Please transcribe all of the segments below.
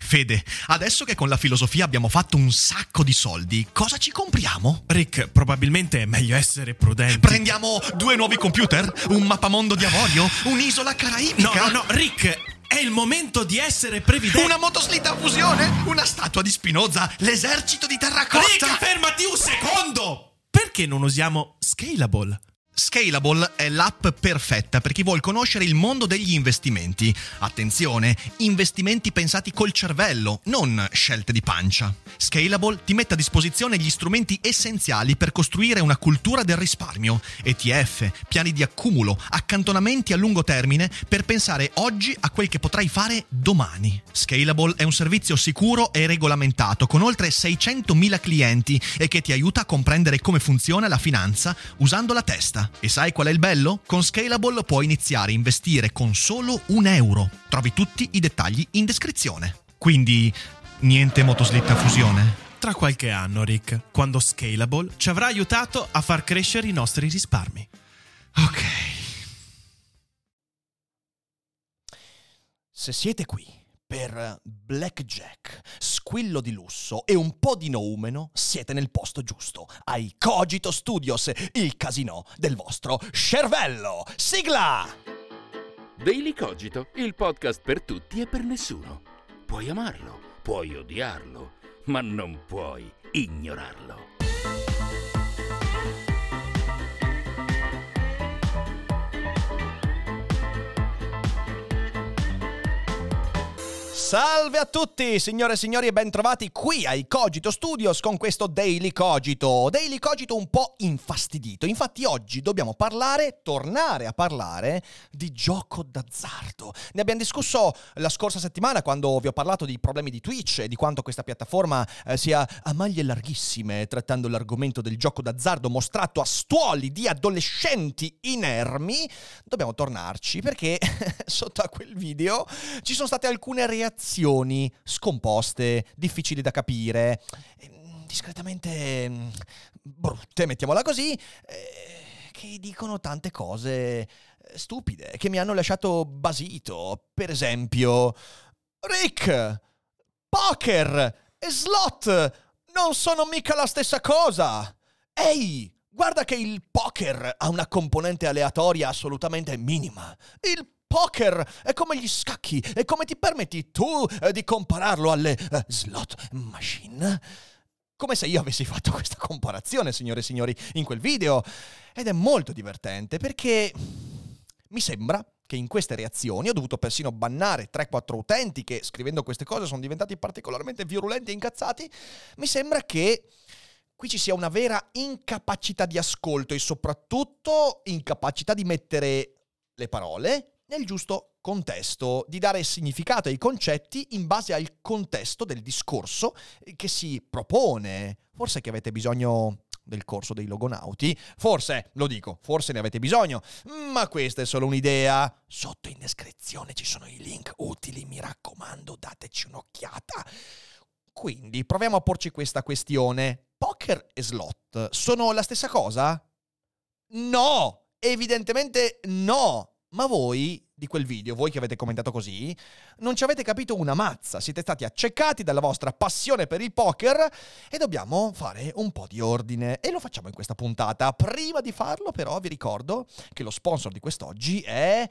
Fede, adesso che con la filosofia abbiamo fatto un sacco di soldi, cosa ci compriamo? Rick, probabilmente è meglio essere prudenti. Prendiamo 2 nuovi computer? Un mappamondo di avorio? Un'isola caraibica? No, Rick, è il momento di essere previdenti. Una motoslitta a fusione? Una statua di Spinoza? L'esercito di terracotta? Rick, fermati un secondo! Perché non usiamo Scalable? Scalable è l'app perfetta per chi vuol conoscere il mondo degli investimenti. Attenzione, investimenti pensati col cervello, non scelte di pancia. Scalable ti mette a disposizione gli strumenti essenziali per costruire una cultura del risparmio, ETF, piani di accumulo, accantonamenti a lungo termine per pensare oggi a quel che potrai fare domani. Scalable è un servizio sicuro e regolamentato con oltre 600.000 clienti e che ti aiuta a comprendere come funziona la finanza usando la testa. E sai qual è il bello? Con Scalable puoi iniziare a investire con solo €1. Trovi tutti i dettagli in descrizione. Quindi, niente motoslitta a fusione? Tra qualche anno, Rick, quando Scalable ci avrà aiutato a far crescere i nostri risparmi. Ok. Se siete qui per blackjack, squillo di lusso e un po' di noumeno, siete nel posto giusto. Ai Cogito Studios, il casino del vostro cervello. Sigla! Daily Cogito, il podcast per tutti e per nessuno. Puoi amarlo, puoi odiarlo, ma non puoi ignorarlo. Salve a tutti, signore e signori, e ben trovati qui ai Cogito Studios con questo Daily Cogito. Daily Cogito un po' infastidito. Infatti oggi dobbiamo tornare a parlare di gioco d'azzardo. Ne abbiamo discusso la scorsa settimana quando vi ho parlato di problemi di Twitch e di quanto questa piattaforma sia a maglie larghissime trattando l'argomento del gioco d'azzardo mostrato a stuoli di adolescenti inermi. Dobbiamo tornarci perché sotto a quel video ci sono state alcune reazioni scomposte, difficili da capire, discretamente brutte, mettiamola così, che dicono tante cose stupide, che mi hanno lasciato basito. Per esempio, Rick, poker e slot non sono mica la stessa cosa. Ehi, guarda che il poker ha una componente aleatoria assolutamente minima. Il poker è come gli scacchi, e come ti permetti tu di compararlo alle slot machine? Come se io avessi fatto questa comparazione, signore e signori, in quel video. Ed è molto divertente perché mi sembra che in queste reazioni ho dovuto persino bannare 3-4 utenti che scrivendo queste cose sono diventati particolarmente virulenti e incazzati. Mi sembra che qui ci sia una vera incapacità di ascolto e soprattutto incapacità di mettere le parole nel giusto contesto, di dare significato ai concetti in base al contesto del discorso che si propone. Forse che avete bisogno del corso dei logonauti, forse, lo dico, forse ne avete bisogno, ma questa è solo un'idea. Sotto in descrizione ci sono i link utili, mi raccomando, dateci un'occhiata. Quindi proviamo a porci questa questione. Poker e slot sono la stessa cosa? No, evidentemente no. Ma voi, di quel video, voi che avete commentato così, non ci avete capito una mazza. Siete stati accecati dalla vostra passione per il poker e dobbiamo fare un po' di ordine. E lo facciamo in questa puntata. Prima di farlo, però, vi ricordo che lo sponsor di quest'oggi è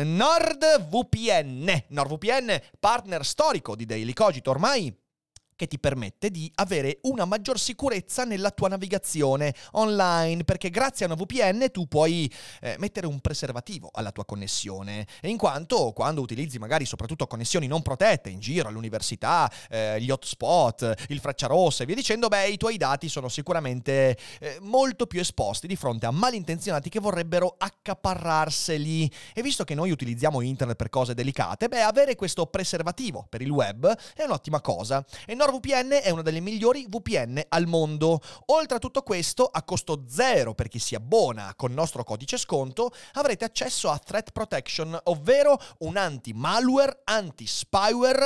NordVPN. NordVPN, partner storico di Daily Cogito ormai, che ti permette di avere una maggior sicurezza nella tua navigazione online, perché grazie a una VPN tu puoi mettere un preservativo alla tua connessione, e in quanto quando utilizzi magari soprattutto connessioni non protette in giro all'università, gli hotspot, il Frecciarossa e via dicendo, i tuoi dati sono sicuramente molto più esposti di fronte a malintenzionati che vorrebbero accaparrarseli. E visto che noi utilizziamo internet per cose delicate, avere questo preservativo per il web è un'ottima cosa. E NordVPN è una delle migliori VPN al mondo. Oltre a tutto questo, a costo zero per chi si abbona con il nostro codice sconto, avrete accesso a Threat Protection, ovvero un anti-malware, anti-spyware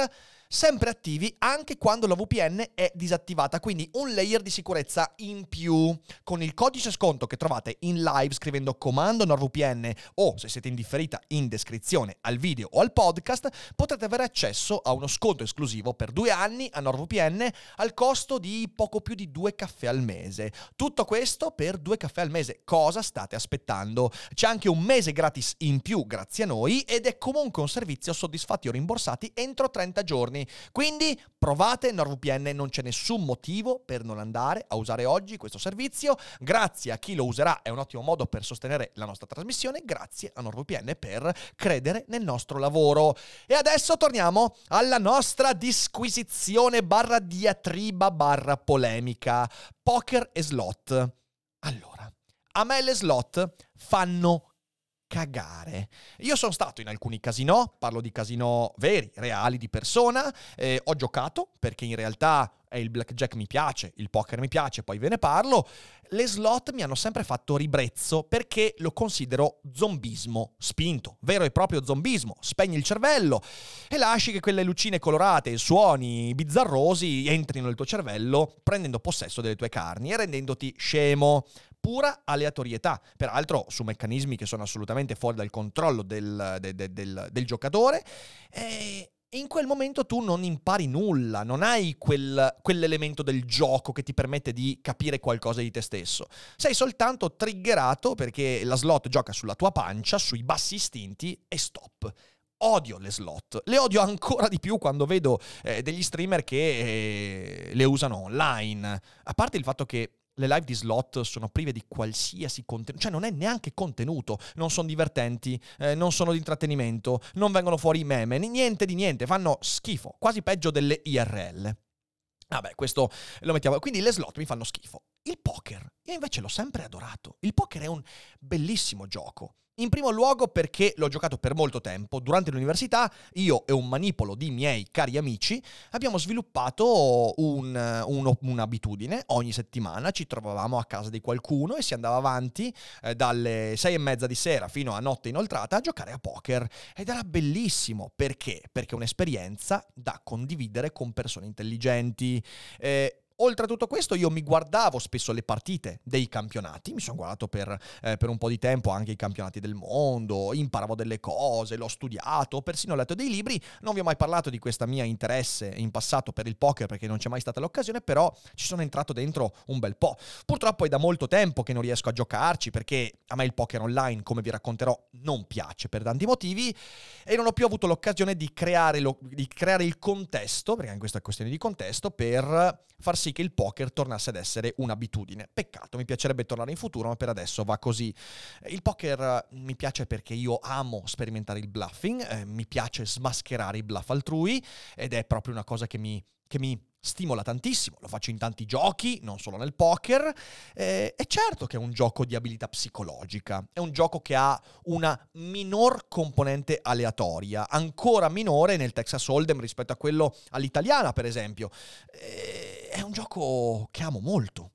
sempre attivi anche quando la VPN è disattivata, quindi un layer di sicurezza in più. Con il codice sconto che trovate in live scrivendo comando NordVPN o, se siete in differita, in descrizione al video o al podcast, potrete avere accesso a uno sconto esclusivo per 2 anni a NordVPN al costo di poco più di 2 caffè al mese. Tutto questo per 2 caffè al mese. Cosa state aspettando? C'è anche un mese gratis in più grazie a noi ed è comunque un servizio soddisfatti o rimborsati entro 30 giorni. Quindi provate NordVPN, non c'è nessun motivo per non andare a usare oggi questo servizio. Grazie a chi lo userà, è un ottimo modo per sostenere la nostra trasmissione. Grazie a NordVPN per credere nel nostro lavoro. E adesso torniamo alla nostra disquisizione / diatriba / polemica. Poker e slot. Allora, a me le slot fanno cagare. Io sono stato in alcuni casinò, parlo di casinò veri, reali, di persona, ho giocato perché in realtà il blackjack mi piace, il poker mi piace, poi ve ne parlo. Le slot mi hanno sempre fatto ribrezzo perché lo considero zombismo spinto, vero e proprio zombismo. Spegni il cervello e lasci che quelle lucine colorate e suoni bizzarrosi entrino nel tuo cervello prendendo possesso delle tue carni e rendendoti scemo. Pura aleatorietà, peraltro su meccanismi che sono assolutamente fuori dal controllo del giocatore, e in quel momento tu non impari nulla, non hai quell'elemento del gioco che ti permette di capire qualcosa di te stesso. Sei soltanto triggerato perché la slot gioca sulla tua pancia, sui bassi istinti e stop. Odio le slot, le odio ancora di più quando vedo degli streamer che le usano online, a parte il fatto che le live di slot sono prive di qualsiasi contenuto, cioè non è neanche contenuto, non sono divertenti, non sono di intrattenimento, non vengono fuori i meme, niente di niente, fanno schifo, quasi peggio delle IRL. Vabbè, questo lo mettiamo. Quindi le slot mi fanno schifo. Il poker, io invece l'ho sempre adorato. Il poker è un bellissimo gioco. In primo luogo perché l'ho giocato per molto tempo. Durante l'università io e un manipolo di miei cari amici abbiamo sviluppato un'abitudine. Ogni settimana ci trovavamo a casa di qualcuno e si andava avanti dalle 6:30 di sera fino a notte inoltrata a giocare a poker. Ed era bellissimo. Perché? Perché è un'esperienza da condividere con persone intelligenti. Oltre a tutto questo io mi guardavo spesso le partite dei campionati, mi sono guardato per un po' di tempo anche i campionati del mondo, imparavo delle cose, l'ho studiato, persino ho letto dei libri. Non vi ho mai parlato di questa mia interesse in passato per il poker perché non c'è mai stata l'occasione, però ci sono entrato dentro un bel po'. Purtroppo è da molto tempo che non riesco a giocarci perché a me il poker online, come vi racconterò, non piace per tanti motivi e non ho più avuto l'occasione di creare il contesto, perché anche questa è questione di contesto, per far sì che il poker tornasse ad essere un'abitudine. Peccato, mi piacerebbe tornare in futuro, ma per adesso va così. Il poker mi piace perché io amo sperimentare il bluffing, mi piace smascherare i bluff altrui ed è proprio una cosa che mi stimola tantissimo. Lo faccio in tanti giochi, non solo nel poker. È certo che è un gioco di abilità psicologica, è un gioco che ha una minor componente aleatoria, ancora minore nel Texas Hold'em rispetto a quello all'italiana, per esempio. È un gioco che amo molto.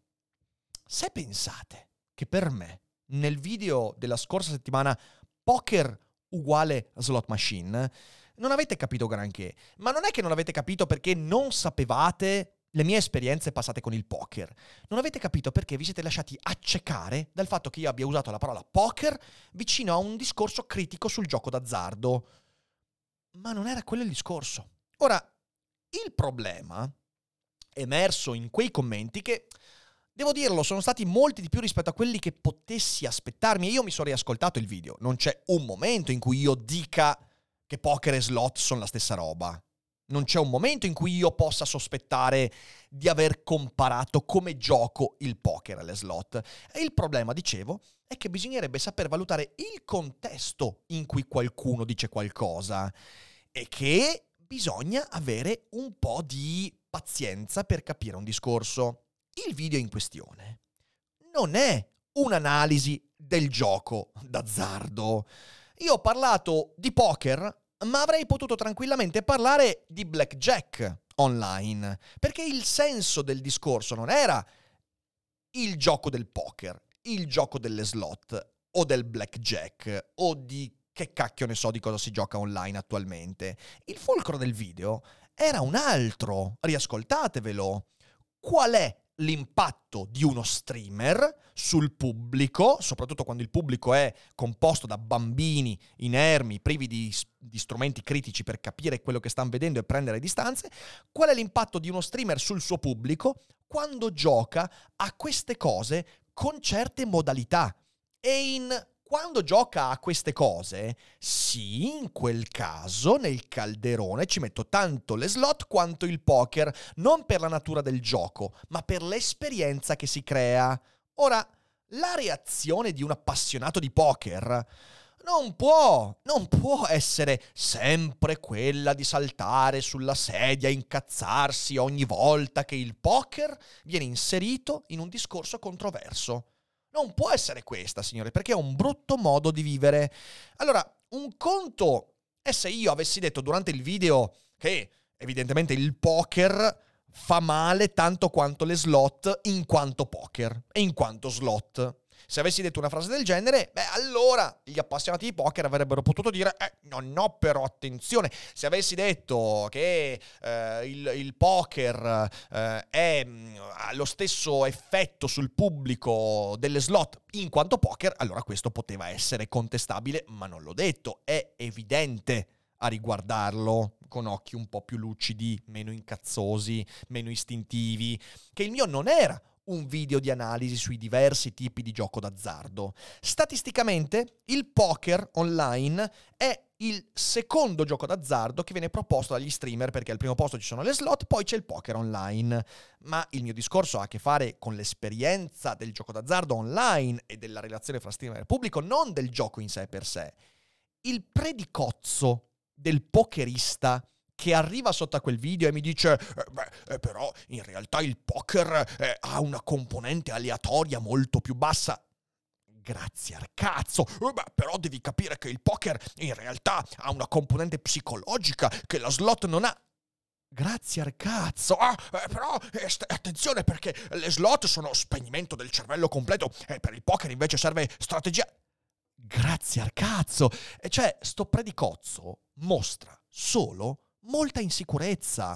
Se pensate che per me, nel video della scorsa settimana, poker uguale slot machine, non avete capito granché. Ma non è che non avete capito perché non sapevate le mie esperienze passate con il poker. Non avete capito perché vi siete lasciati accecare dal fatto che io abbia usato la parola poker vicino a un discorso critico sul gioco d'azzardo. Ma non era quello il discorso. Ora, il problema è emerso in quei commenti che, devo dirlo, sono stati molti di più rispetto a quelli che potessi aspettarmi. E io mi sono riascoltato il video. Non c'è un momento in cui io dica che poker e slot sono la stessa roba. Non c'è un momento in cui io possa sospettare di aver comparato come gioco il poker alle slot. E il problema, dicevo, è che bisognerebbe saper valutare il contesto in cui qualcuno dice qualcosa e che bisogna avere un po' di pazienza per capire un discorso. Il video in questione non è un'analisi del gioco d'azzardo. Io ho parlato di poker, ma avrei potuto tranquillamente parlare di blackjack online, perché il senso del discorso non era il gioco del poker, il gioco delle slot o del blackjack o di che cacchio ne so di cosa si gioca online attualmente. Il fulcro del video era un altro. Riascoltatevelo. Qual è l'impatto di uno streamer sul pubblico, soprattutto quando il pubblico è composto da bambini inermi, privi di strumenti critici per capire quello che stanno vedendo e prendere distanze? Qual è l'impatto di uno streamer sul suo pubblico quando gioca a queste cose con certe modalità? Quando gioca a queste cose, sì, in quel caso, nel calderone ci metto tanto le slot quanto il poker, non per la natura del gioco, ma per l'esperienza che si crea. Ora, la reazione di un appassionato di poker non può essere sempre quella di saltare sulla sedia e incazzarsi ogni volta che il poker viene inserito in un discorso controverso. Non può essere questa, signore, perché è un brutto modo di vivere. Allora, un conto è se io avessi detto durante il video che evidentemente il poker fa male tanto quanto le slot in quanto poker e in quanto slot. Se avessi detto una frase del genere, allora gli appassionati di poker avrebbero potuto dire no, però attenzione. Se avessi detto che il poker ha lo stesso effetto sul pubblico delle slot in quanto poker, allora questo poteva essere contestabile, ma non l'ho detto. È evidente a riguardarlo con occhi un po' più lucidi, meno incazzosi, meno istintivi, che il mio non era un video di analisi sui diversi tipi di gioco d'azzardo. Statisticamente, il poker online è il secondo gioco d'azzardo che viene proposto dagli streamer, perché al primo posto ci sono le slot, poi c'è il poker online. Ma il mio discorso ha a che fare con l'esperienza del gioco d'azzardo online e della relazione fra streamer e pubblico, non del gioco in sé per sé. Il predicozzo del pokerista che arriva sotto a quel video e mi dice però in realtà il poker ha una componente aleatoria molto più bassa. Grazie al cazzo, però devi capire che il poker in realtà ha una componente psicologica che la slot non ha. Grazie al cazzo, però attenzione perché le slot sono spegnimento del cervello completo e per il poker invece serve strategia. Grazie al cazzo, cioè sto predicozzo mostra solo molta insicurezza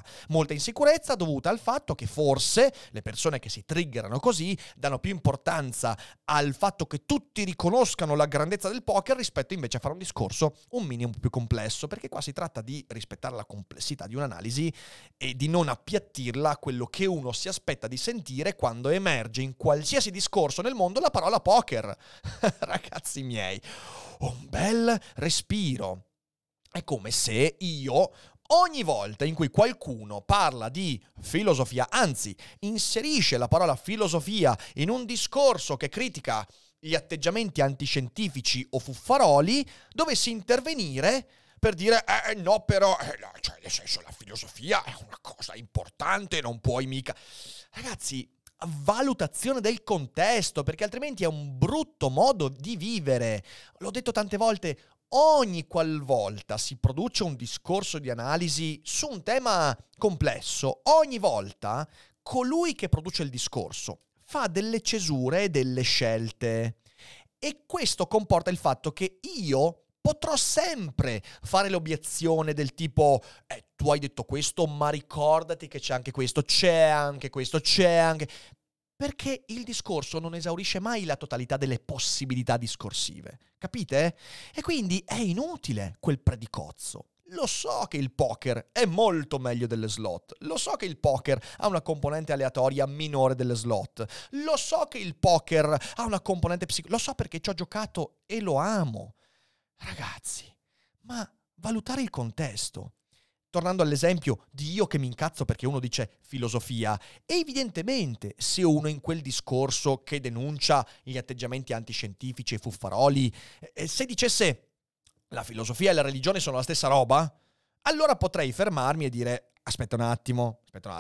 dovuta al fatto che forse le persone che si triggerano così danno più importanza al fatto che tutti riconoscano la grandezza del poker rispetto invece a fare un discorso un minimo più complesso, perché qua si tratta di rispettare la complessità di un'analisi e di non appiattirla a quello che uno si aspetta di sentire quando emerge in qualsiasi discorso nel mondo la parola poker. Ragazzi miei, un bel respiro. È come se io ogni volta in cui qualcuno parla di filosofia, anzi inserisce la parola filosofia in un discorso che critica gli atteggiamenti antiscientifici o fuffaroli, dovessi intervenire per dire no però, cioè nel senso la filosofia è una cosa importante, non puoi mica. Ragazzi, valutazione del contesto, perché altrimenti è un brutto modo di vivere. L'ho detto tante volte. Ogni qualvolta si produce un discorso di analisi su un tema complesso, ogni volta colui che produce il discorso fa delle cesure e delle scelte. E questo comporta il fatto che io potrò sempre fare l'obiezione del tipo tu hai detto questo, ma ricordati che c'è anche questo, c'è anche questo, c'è anche... Perché il discorso non esaurisce mai la totalità delle possibilità discorsive, capite? E quindi è inutile quel predicozzo. Lo so che il poker è molto meglio delle slot, lo so che il poker ha una componente aleatoria minore delle slot, lo so che il poker ha una componente lo so perché ci ho giocato e lo amo. Ragazzi, ma valutare il contesto. Tornando all'esempio di io che mi incazzo perché uno dice filosofia, evidentemente se uno in quel discorso che denuncia gli atteggiamenti antiscientifici e fuffaroli, se dicesse la filosofia e la religione sono la stessa roba, allora potrei fermarmi e dire aspetta un attimo,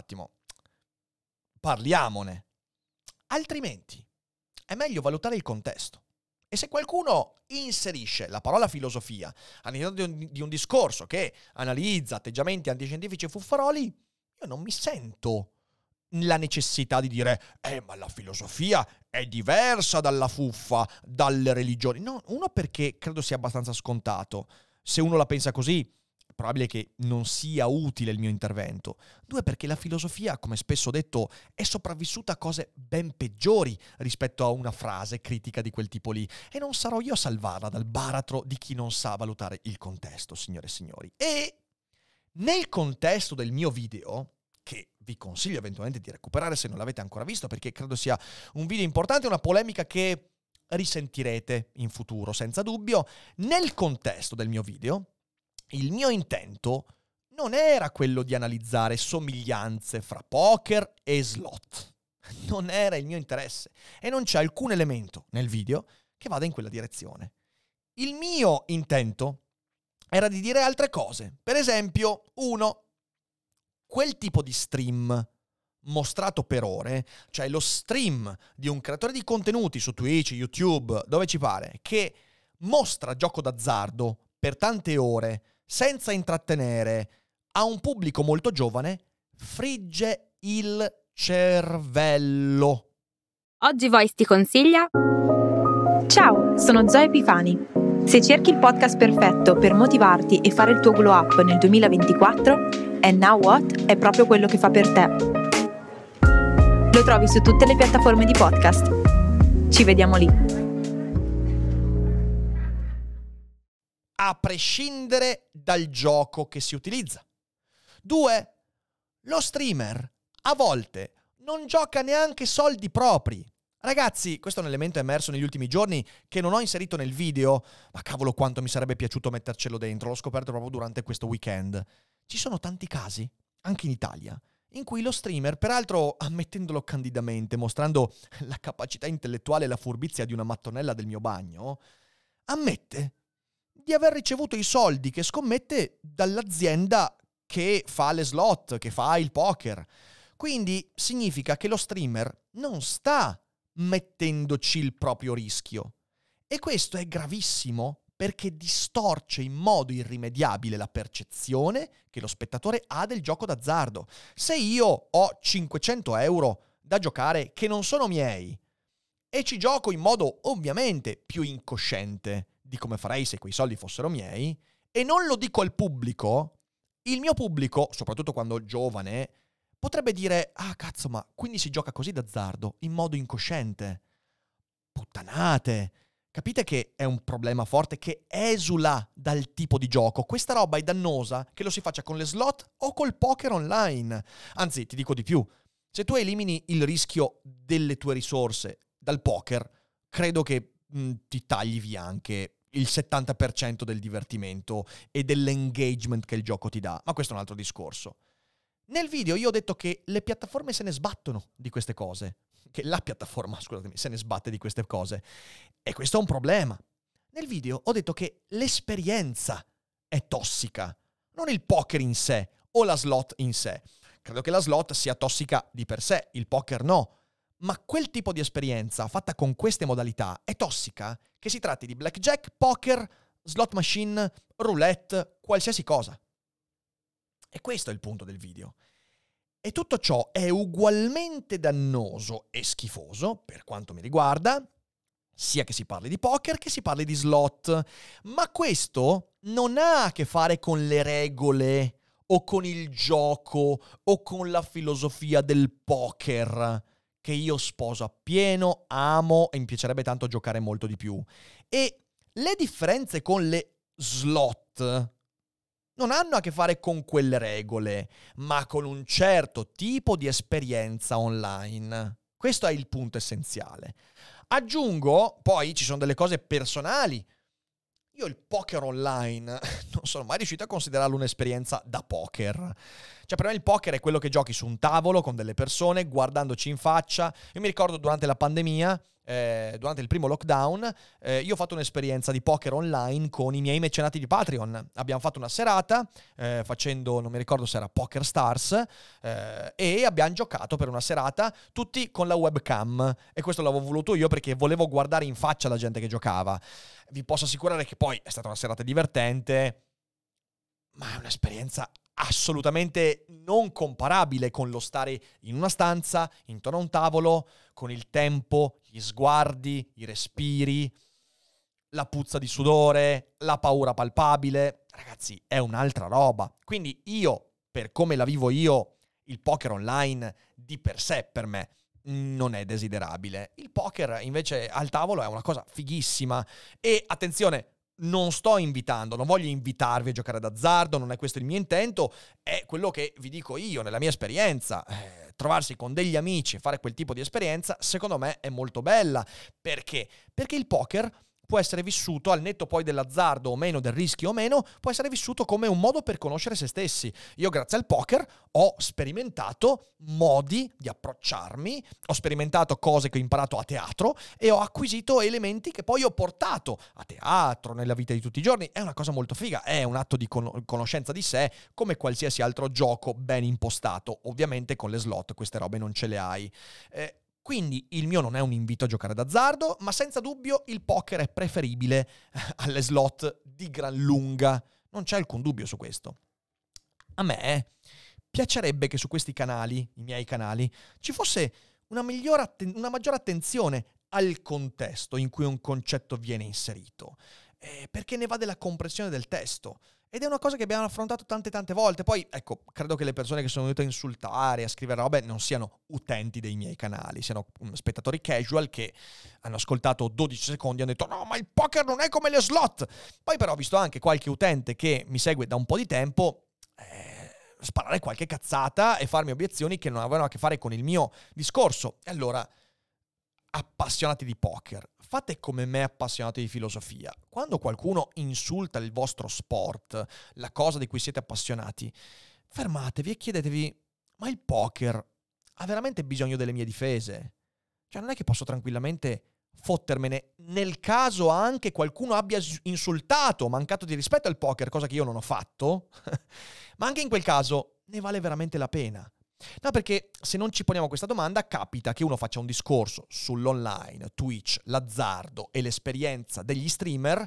parliamone. Altrimenti è meglio valutare il contesto. E se qualcuno inserisce la parola filosofia all'interno di un discorso che analizza atteggiamenti antiscientifici e fuffaroli, io non mi sento la necessità di dire ma la filosofia è diversa dalla fuffa, dalle religioni. No, uno perché credo sia abbastanza scontato. Se uno la pensa così, probabile che non sia utile il mio intervento. 2, perché la filosofia, come spesso ho detto, è sopravvissuta a cose ben peggiori rispetto a una frase critica di quel tipo lì. E non sarò io a salvarla dal baratro di chi non sa valutare il contesto, signore e signori. E nel contesto del mio video, che vi consiglio eventualmente di recuperare se non l'avete ancora visto, perché credo sia un video importante, una polemica che risentirete in futuro, senza dubbio, nel contesto del mio video, il mio intento non era quello di analizzare somiglianze fra poker e slot. Non era il mio interesse e non c'è alcun elemento nel video che vada in quella direzione. Il mio intento era di dire altre cose. Per esempio, 1, quel tipo di stream mostrato per ore, cioè lo stream di un creatore di contenuti su Twitch, YouTube, dove ci pare, che mostra gioco d'azzardo per tante ore senza intrattenere a un pubblico molto giovane, frigge il cervello. Oggi Voice ti consiglia... Ciao, sono Zoe Epifani. Se cerchi il podcast perfetto per motivarti e fare il tuo glow up nel 2024, And Now What è proprio quello che fa per te. Lo trovi su tutte le piattaforme di podcast. Ci vediamo lì. A prescindere dal gioco che si utilizza. 2, lo streamer a volte non gioca neanche soldi propri. Ragazzi, questo è un elemento emerso negli ultimi giorni che non ho inserito nel video, ma cavolo quanto mi sarebbe piaciuto mettercelo dentro, l'ho scoperto proprio durante questo weekend. Ci sono tanti casi, anche in Italia, in cui lo streamer, peraltro ammettendolo candidamente, mostrando la capacità intellettuale e la furbizia di una mattonella del mio bagno, ammette di aver ricevuto i soldi che scommette dall'azienda che fa le slot, che fa il poker. Quindi significa che lo streamer non sta mettendoci il proprio rischio. E questo è gravissimo perché distorce in modo irrimediabile la percezione che lo spettatore ha del gioco d'azzardo. Se io ho 500 euro da giocare che non sono miei e ci gioco in modo ovviamente più incosciente di come farei se quei soldi fossero miei, e non lo dico al pubblico, il mio pubblico, soprattutto quando giovane, potrebbe dire, ah cazzo, ma quindi si gioca così d'azzardo, in modo incosciente. Puttanate! Capite che è un problema forte che esula dal tipo di gioco. Questa roba è dannosa che lo si faccia con le slot o col poker online. Anzi, ti dico di più, se tu elimini il rischio delle tue risorse dal poker, credo che ti tagli via anche il 70% del divertimento e dell'engagement che il gioco ti dà. Ma questo è un altro discorso. Nel video io ho detto che le piattaforme se ne sbattono di queste cose. Che la piattaforma, scusatemi, se ne sbatte di queste cose. E questo è un problema. Nel video ho detto che l'esperienza è tossica, non il poker in sé o la slot in sé. Credo che la slot sia tossica di per sé, il poker no. Ma quel tipo di esperienza fatta con queste modalità è tossica, che si tratti di blackjack, poker, slot machine, roulette, qualsiasi cosa. E questo è il punto del video. E tutto ciò è ugualmente dannoso e schifoso, per quanto mi riguarda, sia che si parli di poker che si parli di slot. Ma questo non ha a che fare con le regole o con il gioco o con la filosofia del poker, che io sposo appieno, amo e mi piacerebbe tanto giocare molto di più. E le differenze con le slot non hanno a che fare con quelle regole, ma con un certo tipo di esperienza online. Questo è il punto essenziale. Aggiungo, poi ci sono delle cose personali. Io il poker online non sono mai riuscito a considerarlo un'esperienza da poker. Cioè per me il poker è quello che giochi su un tavolo con delle persone, guardandoci in faccia. Io mi ricordo durante la pandemia, durante il primo lockdown, io ho fatto un'esperienza di poker online con i miei mecenati di Patreon. Abbiamo fatto una serata facendo, non mi ricordo se era Poker Stars, e abbiamo giocato per una serata tutti con la webcam, e questo l'avevo voluto io perché volevo guardare in faccia la gente che giocava. Vi posso assicurare che poi è stata una serata divertente, ma è un'esperienza assolutamente non comparabile con lo stare in una stanza, intorno a un tavolo, con il tempo, gli sguardi, i respiri, la puzza di sudore, la paura palpabile. Ragazzi, è un'altra roba. Quindi io, per come la vivo io, il poker online di per sé per me non è desiderabile. Il poker invece al tavolo è una cosa fighissima. E attenzione, non voglio invitarvi a giocare d'azzardo, non è questo il mio intento, è quello che vi dico io nella mia esperienza. Trovarsi con degli amici e fare quel tipo di esperienza, secondo me, è molto bella. Perché? Perché il poker può essere vissuto, al netto poi dell'azzardo o meno, del rischio o meno, può essere vissuto come un modo per conoscere se stessi. Io grazie al poker ho sperimentato modi di approcciarmi, ho sperimentato cose che ho imparato a teatro e ho acquisito elementi che poi ho portato a teatro, nella vita di tutti i giorni. È una cosa molto figa, è un atto di conoscenza di sé, come qualsiasi altro gioco ben impostato. Ovviamente con le slot queste robe non ce le hai. Quindi il mio non è un invito a giocare d'azzardo, ma senza dubbio il poker è preferibile alle slot di gran lunga. Non c'è alcun dubbio su questo. A me piacerebbe che su questi canali, i miei canali, ci fosse una maggiore attenzione al contesto in cui un concetto viene inserito, perché ne va della comprensione del testo. Ed è una cosa che abbiamo affrontato tante volte. Poi, ecco, credo che le persone che sono venute a insultare, a scrivere robe, non siano utenti dei miei canali, siano spettatori casual che hanno ascoltato 12 secondi e hanno detto no, ma il poker non è come le slot. Poi però ho visto anche qualche utente che mi segue da un po' di tempo sparare qualche cazzata e farmi obiezioni che non avevano a che fare con il mio discorso. E allora, appassionati di poker, fate come me appassionati di filosofia. Quando qualcuno insulta il vostro sport, la cosa di cui siete appassionati, fermatevi e chiedetevi, ma il poker ha veramente bisogno delle mie difese? Cioè non è che posso tranquillamente fottermene nel caso anche qualcuno abbia insultato, mancato di rispetto al poker, cosa che io non ho fatto? Ma anche in quel caso ne vale veramente la pena? No, perché se non ci poniamo questa domanda capita che uno faccia un discorso sull'online, Twitch, l'azzardo e l'esperienza degli streamer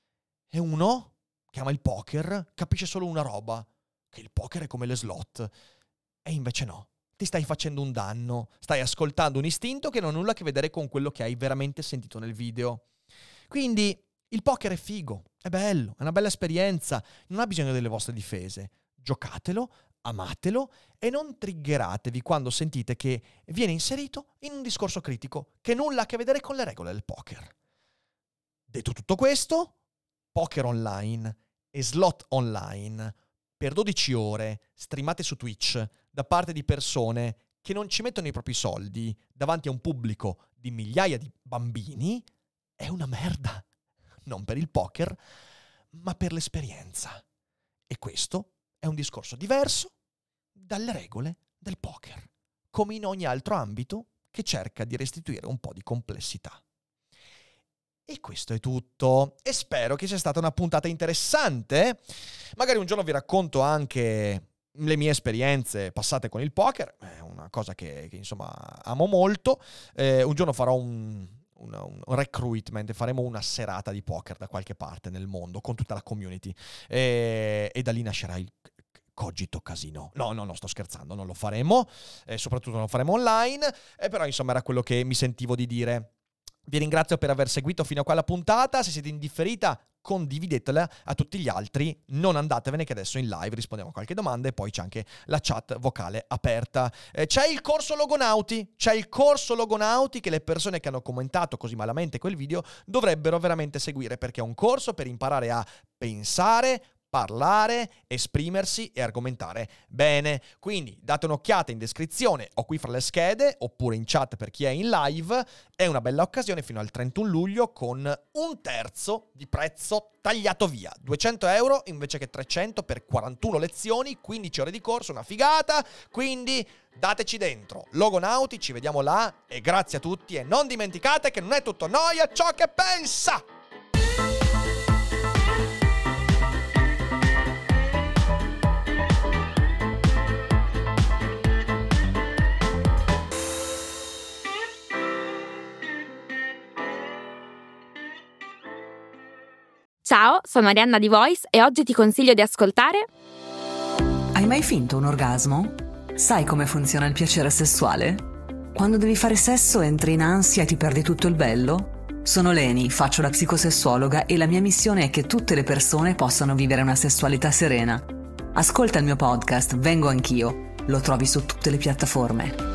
e uno che ama il poker capisce solo una roba, che il poker è come le slot. E invece no, ti stai facendo un danno, stai ascoltando un istinto che non ha nulla a che vedere con quello che hai veramente sentito nel video. Quindi il poker è figo, è bello, è una bella esperienza, non ha bisogno delle vostre difese. Giocatelo, amatelo e non triggeratevi quando sentite che viene inserito in un discorso critico che nulla ha a che vedere con le regole del poker. Detto tutto questo, poker online e slot online per 12 ore streamate su Twitch da parte di persone che non ci mettono i propri soldi davanti a un pubblico di migliaia di bambini è una merda. Non per il poker, ma per l'esperienza. E questo è un discorso diverso dalle regole del poker, come in ogni altro ambito che cerca di restituire un po' di complessità. E questo è tutto, e spero che sia stata una puntata interessante. Magari un giorno vi racconto anche le mie esperienze passate con il poker, è una cosa che insomma amo molto. Un giorno farò un recruitment, faremo una serata di poker da qualche parte nel mondo con tutta la community e da lì nascerà il Cogito Casino. No, sto scherzando, non lo faremo, soprattutto non lo faremo online, però insomma era quello che mi sentivo di dire. Vi ringrazio per aver seguito fino a qua la puntata. Se siete in differita, condividetela a tutti gli altri, non andatevene che adesso in live rispondiamo a qualche domanda e poi c'è anche la chat vocale aperta. C'è il corso Logonauti che le persone che hanno commentato così malamente quel video dovrebbero veramente seguire, perché è un corso per imparare a pensare, parlare, esprimersi e argomentare bene. Quindi date un'occhiata in descrizione o qui fra le schede oppure in chat per chi è in live. È una bella occasione fino al 31 luglio con un terzo di prezzo tagliato via. 200 euro invece che 300 per 41 lezioni, 15 ore di corso, una figata. Quindi dateci dentro. Logonauti, ci vediamo là e grazie a tutti e non dimenticate che non è tutto noia ciò che pensa! Ciao, sono Arianna di Voice e oggi ti consiglio di ascoltare... Hai mai finto un orgasmo? Sai come funziona il piacere sessuale? Quando devi fare sesso entri in ansia e ti perdi tutto il bello? Sono Leni, faccio la psicosessuologa e la mia missione è che tutte le persone possano vivere una sessualità serena. Ascolta il mio podcast Vengo Anch'io, lo trovi su tutte le piattaforme.